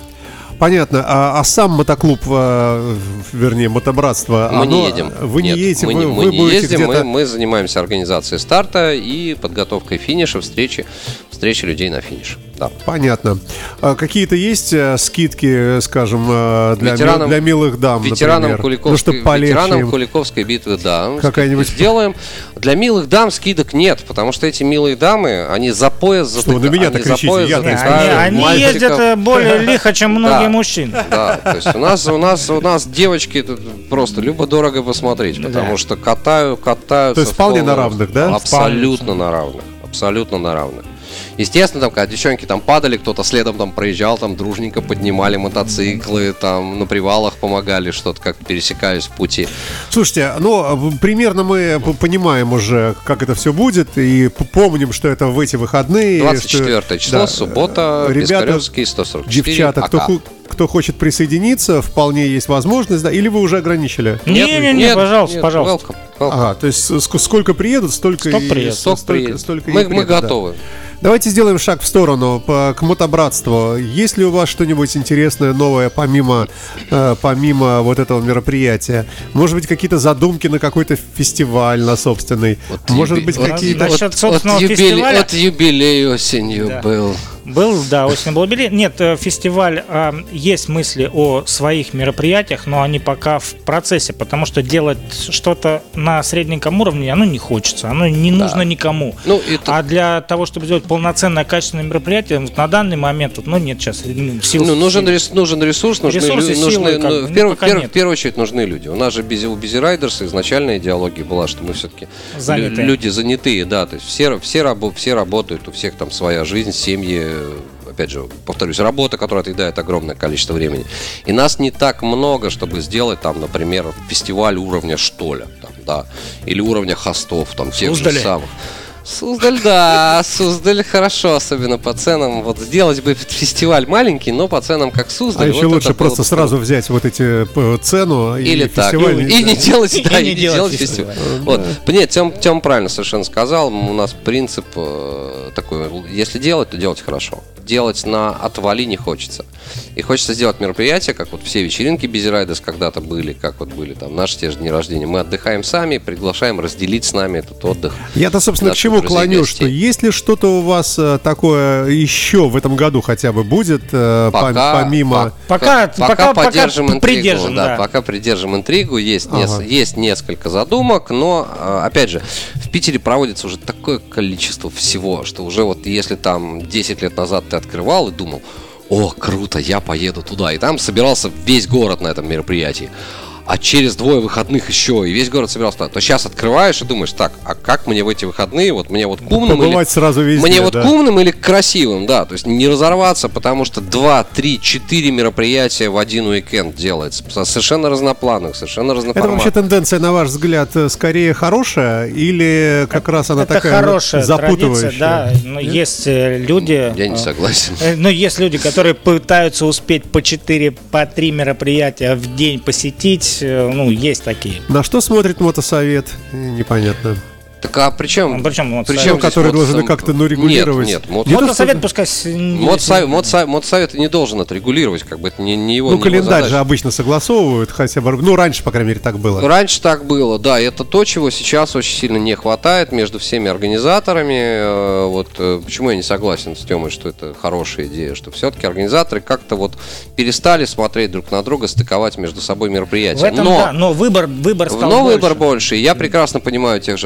B: Понятно. А, а сам мотоклуб, а, вернее, мотобратство,
C: мы
B: оно,
C: не едем.
B: Вы
C: Нет,
B: не едете,
C: мы,
B: вы,
C: мы
B: вы
C: не
B: будете
C: ездим,
B: где-то...
C: мы, мы занимаемся организацией старта и подготовкой финиша, встречи, встречи людей на финише. Да.
B: Понятно. А какие-то есть а, скидки, скажем, а, для,
C: ветеранам,
B: для милых дам,
C: ветеранам
B: например?
C: Куликовской,
B: Ну,
C: ветеранам Куликовской битвы, да.
B: Какая-нибудь...
C: Сделаем. Для милых дам скидок нет, потому что эти милые дамы, они за пояс затыкают.
B: Что вы на меня-то кричите? Я
D: они они ездят более лихо, чем многие мужчины.
C: Да, то есть у нас, у нас, у нас девочки просто любо-дорого посмотреть, потому что катаю, катаются.
B: То есть вполне на равных, да?
C: Абсолютно на равных, абсолютно на равных. Естественно, там, когда девчонки там падали, кто-то следом там проезжал, там дружненько поднимали мотоциклы, там на привалах помогали, что-то как пересекались в пути.
B: Слушайте, ну, примерно мы понимаем уже, как это все будет, и помним, что это в эти выходные.
C: двадцать четвёртое число, да, суббота, Пискаревский, сто сорок четыре.
B: Девчата, кто, кто хочет присоединиться, вполне есть возможность, да? Или вы уже ограничили?
D: Нет, нет, нет, нет, пожалуйста, нет, пожалуйста.
C: Welcome, welcome.
B: Ага, то есть сколько приедут, столько
D: и приедут.
C: Столько
B: столько,
C: приедет.
B: столько
C: мы,
B: и приедут,
C: мы готовы.
B: Да. Давайте сделаем шаг в сторону по, к мотобратству. Есть ли у вас что-нибудь интересное, новое, помимо, э, помимо вот этого мероприятия? Может быть, какие-то задумки на какой-то фестиваль, на собственный?
C: Вот
B: Может
C: юби...
B: быть,
C: вот,
B: какие-то...
D: Насчет собственного
C: от, юбиле...
D: фестиваля...
C: от юбилея осенью да. был.
D: Был, да, осенью был юбилей. Нет, фестиваль, э, есть мысли о своих мероприятиях, но они пока в процессе, потому что делать что-то на средненьком уровне, оно не хочется, оно не да. нужно никому.
C: Ну, это...
D: А для того, чтобы сделать полноценное, качественное мероприятие, вот на данный момент, вот, ну, нет сейчас сил.
C: Ну, нужен, рес, нужен ресурс, нужны
D: Ресурсы,
C: люди.
D: Силы,
C: нужны,
D: ну,
C: в, перв, пер, в первую очередь нужны люди. У нас же без, у Busy Riders изначальная идеология была, что мы все-таки
D: занятые.
C: люди занятые, да, то есть все, все, рабо, все работают, у всех там своя жизнь, семьи. Опять же, повторюсь, работа, которая отъедает огромное количество времени. И нас не так много, чтобы сделать там, например, фестиваль уровня Штоля, там, да, или уровня хостов, там, тех
D: Суздали.
C: же самых. Суздаль, да, Суздаль хорошо, особенно по ценам. Вот сделать бы фестиваль маленький, но по ценам как Суздаль.
B: А вот еще лучше просто бы... сразу взять вот эти цену
C: или
B: и
C: так,
B: фестиваль.
C: И, и не делать, да,
D: и не делать
C: фестиваль.
D: фестиваль.
C: Вот. Нет, Тем, Тем правильно совершенно сказал. У нас принцип э, такой: если делать, то делать хорошо. Делать на отвали не хочется. И хочется сделать мероприятие, как вот все вечеринки Busy Riders когда-то были, как вот были там наши те же дни рождения. Мы отдыхаем сами, приглашаем разделить с нами этот отдых.
B: Я-то, собственно, к чему клоню, что есть ли что-то у вас такое еще в этом году хотя бы будет,
C: пока,
B: помимо...
D: Пока,
C: пока,
D: пока,
C: пока поддержим
D: пока
C: интригу.
D: Придержим,
C: да,
D: да.
C: Пока придержим интригу. Есть, ага. нес, есть несколько задумок, но, опять же, в Питере проводится уже такое количество всего, что уже вот если там десять лет назад ты открывал и думал: о, круто, я поеду туда. И там собирался весь город на этом мероприятии. А через двое выходных еще и весь город собирался туда. То сейчас открываешь и думаешь: так, а как мне в эти выходные, вот мне вот к умным или...
B: сразу везде,
C: мне
B: да.
C: вот к умным или к красивым, да. То есть не разорваться, потому что два, три, четыре мероприятия в один уикенд делается. Совершенно разноплановых, совершенно разноформатных.
B: Это вообще тенденция, на ваш взгляд, скорее хорошая или как раз она
D: это
B: такая
D: хорошая
B: запутывающая?
D: Традиция, да. Но есть люди...
C: Я не согласен.
D: Но есть люди, которые пытаются успеть по четыре, по три мероприятия в день посетить. Ну, есть такие.
B: На что смотрит мотосовет? Непонятно.
C: Так а при чем?
D: Причем,
B: причем который должен сам... как-то ну, регулировать.
C: Нет, нет.
D: Мотосовет пускай...
C: Мотосовет, мотосовет, мотосовет не должен это регулировать, как бы это не, не его.
B: Ну,
C: не
B: календарь
C: его
B: же обычно согласовывают, хотя бы, ну, раньше, по крайней мере, так было.
C: Раньше так было, да, и это то, чего сейчас очень сильно не хватает между всеми организаторами. Вот почему я не согласен с Тёмой, что это хорошая идея, что все-таки организаторы как-то вот перестали смотреть друг на друга, стыковать между собой мероприятия.
D: В этом,
C: но,
D: да, но выбор, выбор стал
C: но
D: больше.
C: выбор больше. И я прекрасно понимаю тех же организаторов,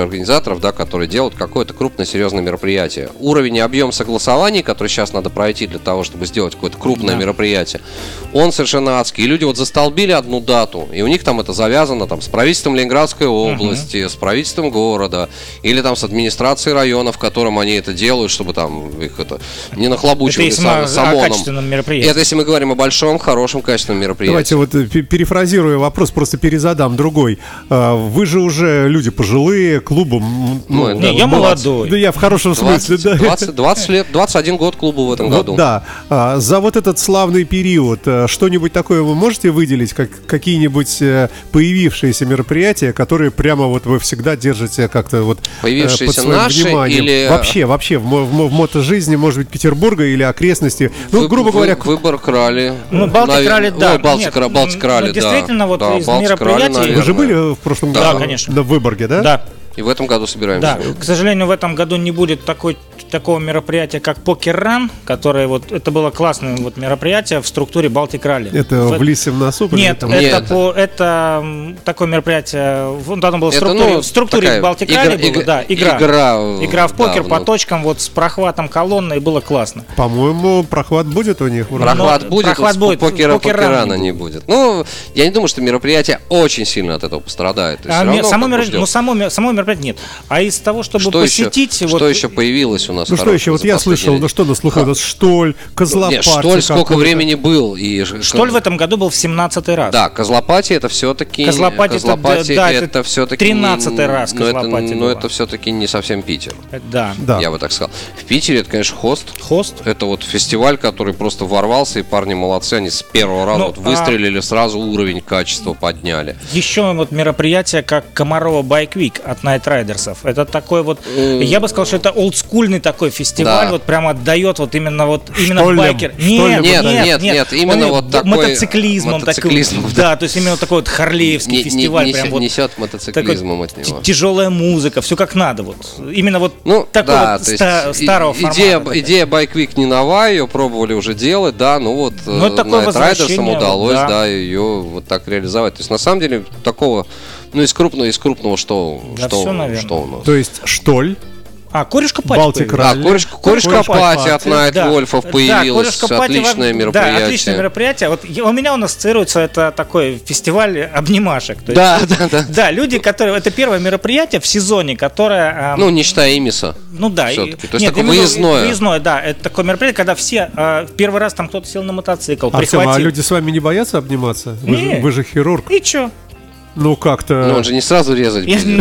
C: организаторов, да, которые делают какое-то крупное серьезное мероприятие. Уровень и объем согласований, который сейчас надо пройти для того, чтобы сделать какое-то крупное да. мероприятие, он совершенно адский. И люди вот застолбили одну дату, и у них там это завязано там, с правительством Ленинградской области, uh-huh. с правительством города, или там с администрацией района, в котором они это делают, чтобы там их это не нахлобучивали
D: это
C: с ОМОНом.
D: О качественном мероприятии.
C: Это если мы говорим о большом, хорошем, качественном мероприятии.
B: Давайте вот перефразируя вопрос, просто перезадам другой. Вы же уже люди пожилые, клубом.
D: Ну, не, да, я молодой.
B: Да я в хорошем
C: двадцать,
B: смысле, да.
C: двадцать, двадцать лет, двадцать один год клубу в этом
B: вот,
C: году.
B: Да. А, за вот этот славный период что-нибудь такое вы можете выделить, как какие-нибудь появившиеся мероприятия, которые прямо вот вы всегда держите как-то вот
C: появившиеся
B: под своим
C: наши
B: вниманием?
C: или
B: вообще, вообще в, в, в мотожизни, может быть, Петербурга или окрестности. Ну,
C: вы,
B: грубо говоря,
C: вы, выбор крали.
D: Ну, Балтик ралли, да.
C: Ой, Балтик, Нет, Балтик ралли, да.
D: Действительно, вот
C: да,
D: из мероприятий.
B: Вы же были в прошлом
C: да.
B: году
D: конечно.
B: на Выборге, да?
D: Да.
C: И в этом году собираемся.
D: Да, к сожалению, в этом году не будет такой, такого мероприятия, как Покер-ран, которое вот, это было классное вот мероприятие в структуре Балтик ралли.
B: Это в, в Лисе в носу?
D: Нет, это,
C: Нет.
D: По, это такое мероприятие, вот оно было в структуре,
C: ну,
D: в структуре Балтик ралли было,
C: игра,
D: да, игра.
C: Игра,
D: игра в покер
C: да,
D: по
C: ну,
D: точкам, вот с прохватом колонны, и было классно.
B: По-моему, прохват будет у них.
C: Прохват Но, будет,
D: прохват
C: вот
D: будет,
C: покера,
D: покер-рана
C: не будет. Ну, я не думаю, что мероприятие очень сильно от этого пострадает.
D: А, равно, само, меропри... ну, само, само мероприятие нет. А из того, чтобы
C: что
D: посетить...
C: Еще,
D: вот...
C: Что еще появилось у нас?
B: Ну что еще? Вот я слышал, ну что на слуху? Вот Штоль, Козлопати.
C: Нет, Штоль сколько времени был. И...
D: Штоль в этом году был в семнадцатый раз.
C: Да, Козлопати это все-таки...
D: Козлопати,
C: Козлопати
D: это, да,
C: это,
D: это
C: все-таки...
D: тринадцатый раз Козлопати.
C: Но это все-таки не совсем Питер.
D: Да.
B: да.
C: Я бы так сказал. В Питере это, конечно, Хост.
D: Хост.
C: Это вот фестиваль, который просто ворвался, и парни молодцы. Они с первого раза
D: ну,
C: вот выстрелили, а... сразу уровень качества подняли.
D: Еще вот мероприятие, как Комарова Bike Week от Night Riders'ов. Это такой вот... Mm. Я бы сказал, что это олдскульный такой фестиваль. Да. Вот прямо отдает вот именно вот именно
B: Штолем.
D: байкер. Нет,
C: нет,
D: нет,
C: нет, нет, именно
D: он,
C: вот такой
D: мотоциклизм,
C: мотоциклизм,
D: он такой, да, то есть именно такой вот харлеевский
C: не,
D: фестиваль,
C: не,
D: прям
C: несет,
D: вот
C: несет мотоциклизмом от него.
D: Тяжелая музыка, все как надо, вот именно вот
C: ну,
D: такого
C: да,
D: вот ста- старого
C: и,
D: формата.
C: Идея, идея Bike Week не новая, ее пробовали уже делать, да, ну вот Night Riders'ам удалось,
D: да.
C: да, ее вот так реализовать. То есть на самом деле такого, ну из крупного, из крупного что,
D: да
C: что,
D: все,
C: что у нас?
B: То есть Штоль.
D: А, корешка пати.
B: Балтик ралли.
C: Да, корешка, корешка пати от Найт
D: да.
C: Вольфов появилась.
D: Да,
C: отличное мероприятие.
D: Да, отличное мероприятие. Вот у меня он ассоциируется, это такой фестиваль обнимашек. То
C: да,
D: есть,
C: да, да.
D: Да, люди, которые... Это первое мероприятие в сезоне, которое...
C: Ну, не считая Имиса.
D: Ну да. И,
C: то есть
D: нет,
C: такое выездное.
D: Выездное, да. Это такое мероприятие, когда все... Э, первый раз там кто-то сел на мотоцикл,
B: Артем,
D: прихватил.
B: а люди с вами не боятся обниматься? Вы,
D: не.
B: же, вы же хирург.
D: И чё?
B: Ну как-то...
C: Ну он же не сразу резать будет.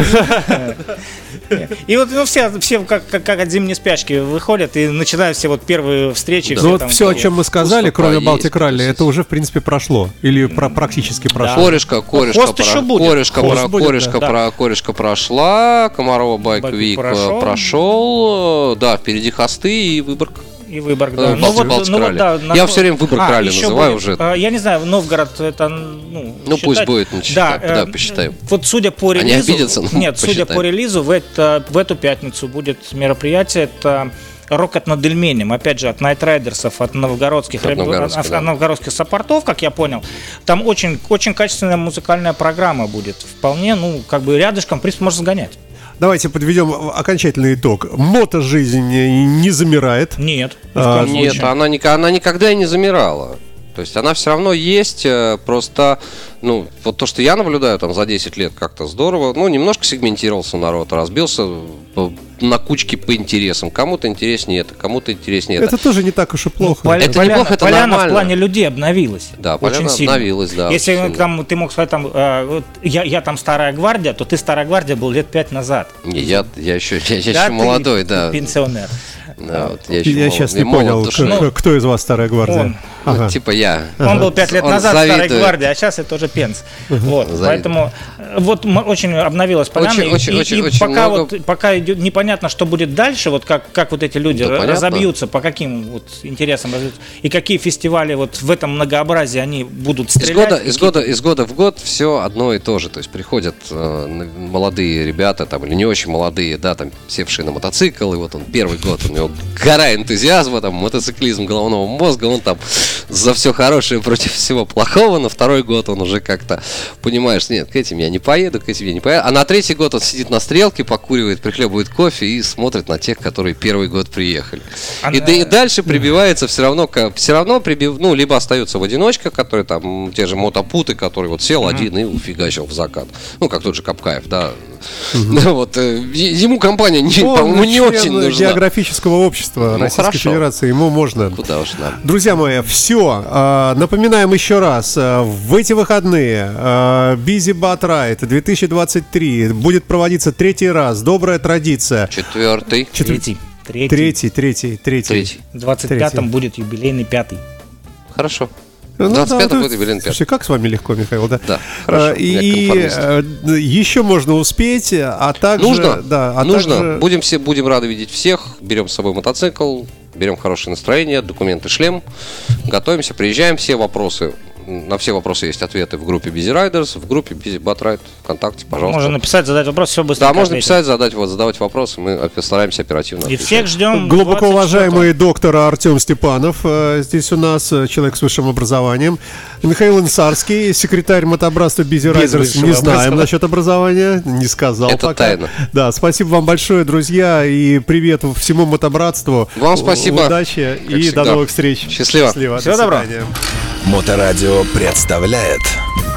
D: И вот ну, все, все как, как, как от зимней спячки выходят и начинают все вот первые встречи.
B: Да.
D: Все
B: ну вот
D: там,
B: все, о чем мы сказали, кроме Балтик ралли,
C: есть.
B: Это уже в принципе прошло. Или про, практически прошло.
C: Да. Корешка, корешка,
D: Хост еще будет.
C: Корешка,
D: Хост
C: про,
D: будет,
C: корешка,
D: да.
C: про, корешка прошла, Комарова Bike Week прошел. прошел. Да, впереди Хосты и Выборг.
D: И Выборг, да.
C: Э,
D: ну, вот,
C: Балтик
D: ну,
C: ралли.
D: Вот, да, на...
C: Я все время Выборг
D: а,
C: ралли называю
D: будет,
C: уже.
D: А, я не знаю, Новгород это, ну,
C: Ну
D: считать.
C: Пусть будет, ну,
D: да,
C: да,
D: э,
C: посчитаем.
D: Вот судя по релизу...
C: Они обидятся, но
D: Нет,
C: посчитаем.
D: судя по релизу, в, это, в эту пятницу будет мероприятие, это... Рокот над Эльменем, опять же, от Night Riders'ов, от новгородских,
C: от новгородских,
D: от,
C: да.
D: от новгородских саппортов, как я понял. Там очень, очень качественная музыкальная программа будет. Вполне, ну, как бы рядышком, в принципе, можно сгонять.
B: Давайте подведем окончательный итог. Мотожизнь не замирает.
D: Нет.
B: А,
C: нет, она, она никогда и не замирала. То есть она все равно есть, просто, ну, вот то, что я наблюдаю там за десять лет, как-то здорово, ну, немножко сегментировался народ, разбился на кучки по интересам. Кому-то интереснее это, кому-то интереснее это.
B: Это тоже не так уж и плохо.
D: Ну,
C: это
D: поляна,
C: неплохо, это
D: поляна
C: нормально.
D: в плане людей обновилась.
C: Да,
D: очень
C: поляна
D: сильно.
C: обновилась, да.
D: Если там, ты мог сказать, там, э, вот, я, я там старая гвардия, то ты старая гвардия был лет пять назад.
C: Не, я, я еще, я, я
D: да,
C: еще молодой, да.
D: Пенсионер.
C: Да, вот я еще
B: я
C: молод,
B: сейчас не
C: молод
B: понял,
C: душой.
B: кто, кто из вас старая гвардия?
D: Он.
B: Ага.
C: Ну, типа я.
D: Он ага. был пять лет
C: Он
D: назад
C: завидует.
D: старой гвардии, а сейчас это уже пенс. Вот, поэтому вот очень обновилась поляна.
C: Очень,
D: и,
C: очень,
D: и,
C: очень,
D: и
C: очень
D: пока,
C: много...
D: вот, пока идет непонятно, что будет дальше, вот как, как вот эти люди
C: да,
D: разобьются, по каким вот интересам разобьются, и какие фестивали вот в этом многообразии они будут стрелять.
C: Из года, из года, из года в год все одно и то же. То есть приходят э, молодые ребята, там, или не очень молодые, да, там, севшие на мотоцикл, и вот он первый год, у него гора энтузиазма, там, мотоциклизм головного мозга, он там за все хорошее против всего плохого. На второй год он уже как-то понимаешь, нет, к этим я не поеду, к этим я не поеду. А на третий год он сидит на стрелке, покуривает, прихлебывает кофе и смотрит на тех, которые первый год приехали. А и, на... и дальше прибивается все равно, все равно прибив, ну, либо остается в одиночках, которые там, те же мотопуты, который вот сел uh-huh. один и уфигачил в закат. Ну, как тот же Капкаев, да. Uh-huh. Вот, ему компания, не, по-моему, не очень нужна.
B: Географического общества ну, Российской хорошо. Федерации, ему можно.
C: Куда уж нам.
B: Друзья мои, все. Напоминаем еще раз. В эти выходные Busy Butt Ride две тысячи двадцать три будет проводиться третий раз. Добрая традиция.
C: Четвертый.
B: Четвер...
D: Третий.
B: Третий. Третий. Третий. Третий.
D: В двадцать пятом будет юбилейный пятый.
C: Хорошо.
B: Ну, двадцать пятый да, будет юбилейный пятый. Слушайте, как с вами легко, Михаил, да?
C: Да, хорошо.
B: И еще можно успеть, а также...
C: Нужно,
B: да, а
C: нужно.
B: Также...
C: Будем, все, будем рады видеть всех. Берем с собой мотоцикл, берем хорошее настроение, документы, шлем. Готовимся, приезжаем. Все вопросы, на все вопросы есть ответы в группе Busy Riders, в группе Busy Butt Ride, ВКонтакте, пожалуйста.
D: Можно написать, задать вопрос, все быстро.
C: Да, можно писать, задать, вот, задавать вопросы, мы постараемся оперативно
D: И отвечать. Всех ждем.
B: Глубоко уважаемый доктор Артем Степанов, здесь у нас человек с высшим образованием. Михаил Инсарский, секретарь мотобратства Busy Riders. Не знаем насчет образования, не сказал
C: Это
B: пока.
C: тайна.
B: Да, спасибо вам большое, друзья, и привет всему мотобратству.
C: Вам спасибо.
B: Удачи
C: как
B: и
C: всегда.
B: до новых встреч.
C: Счастливо.
B: Счастливо.
D: Всего доброго.
A: Моторадио представляет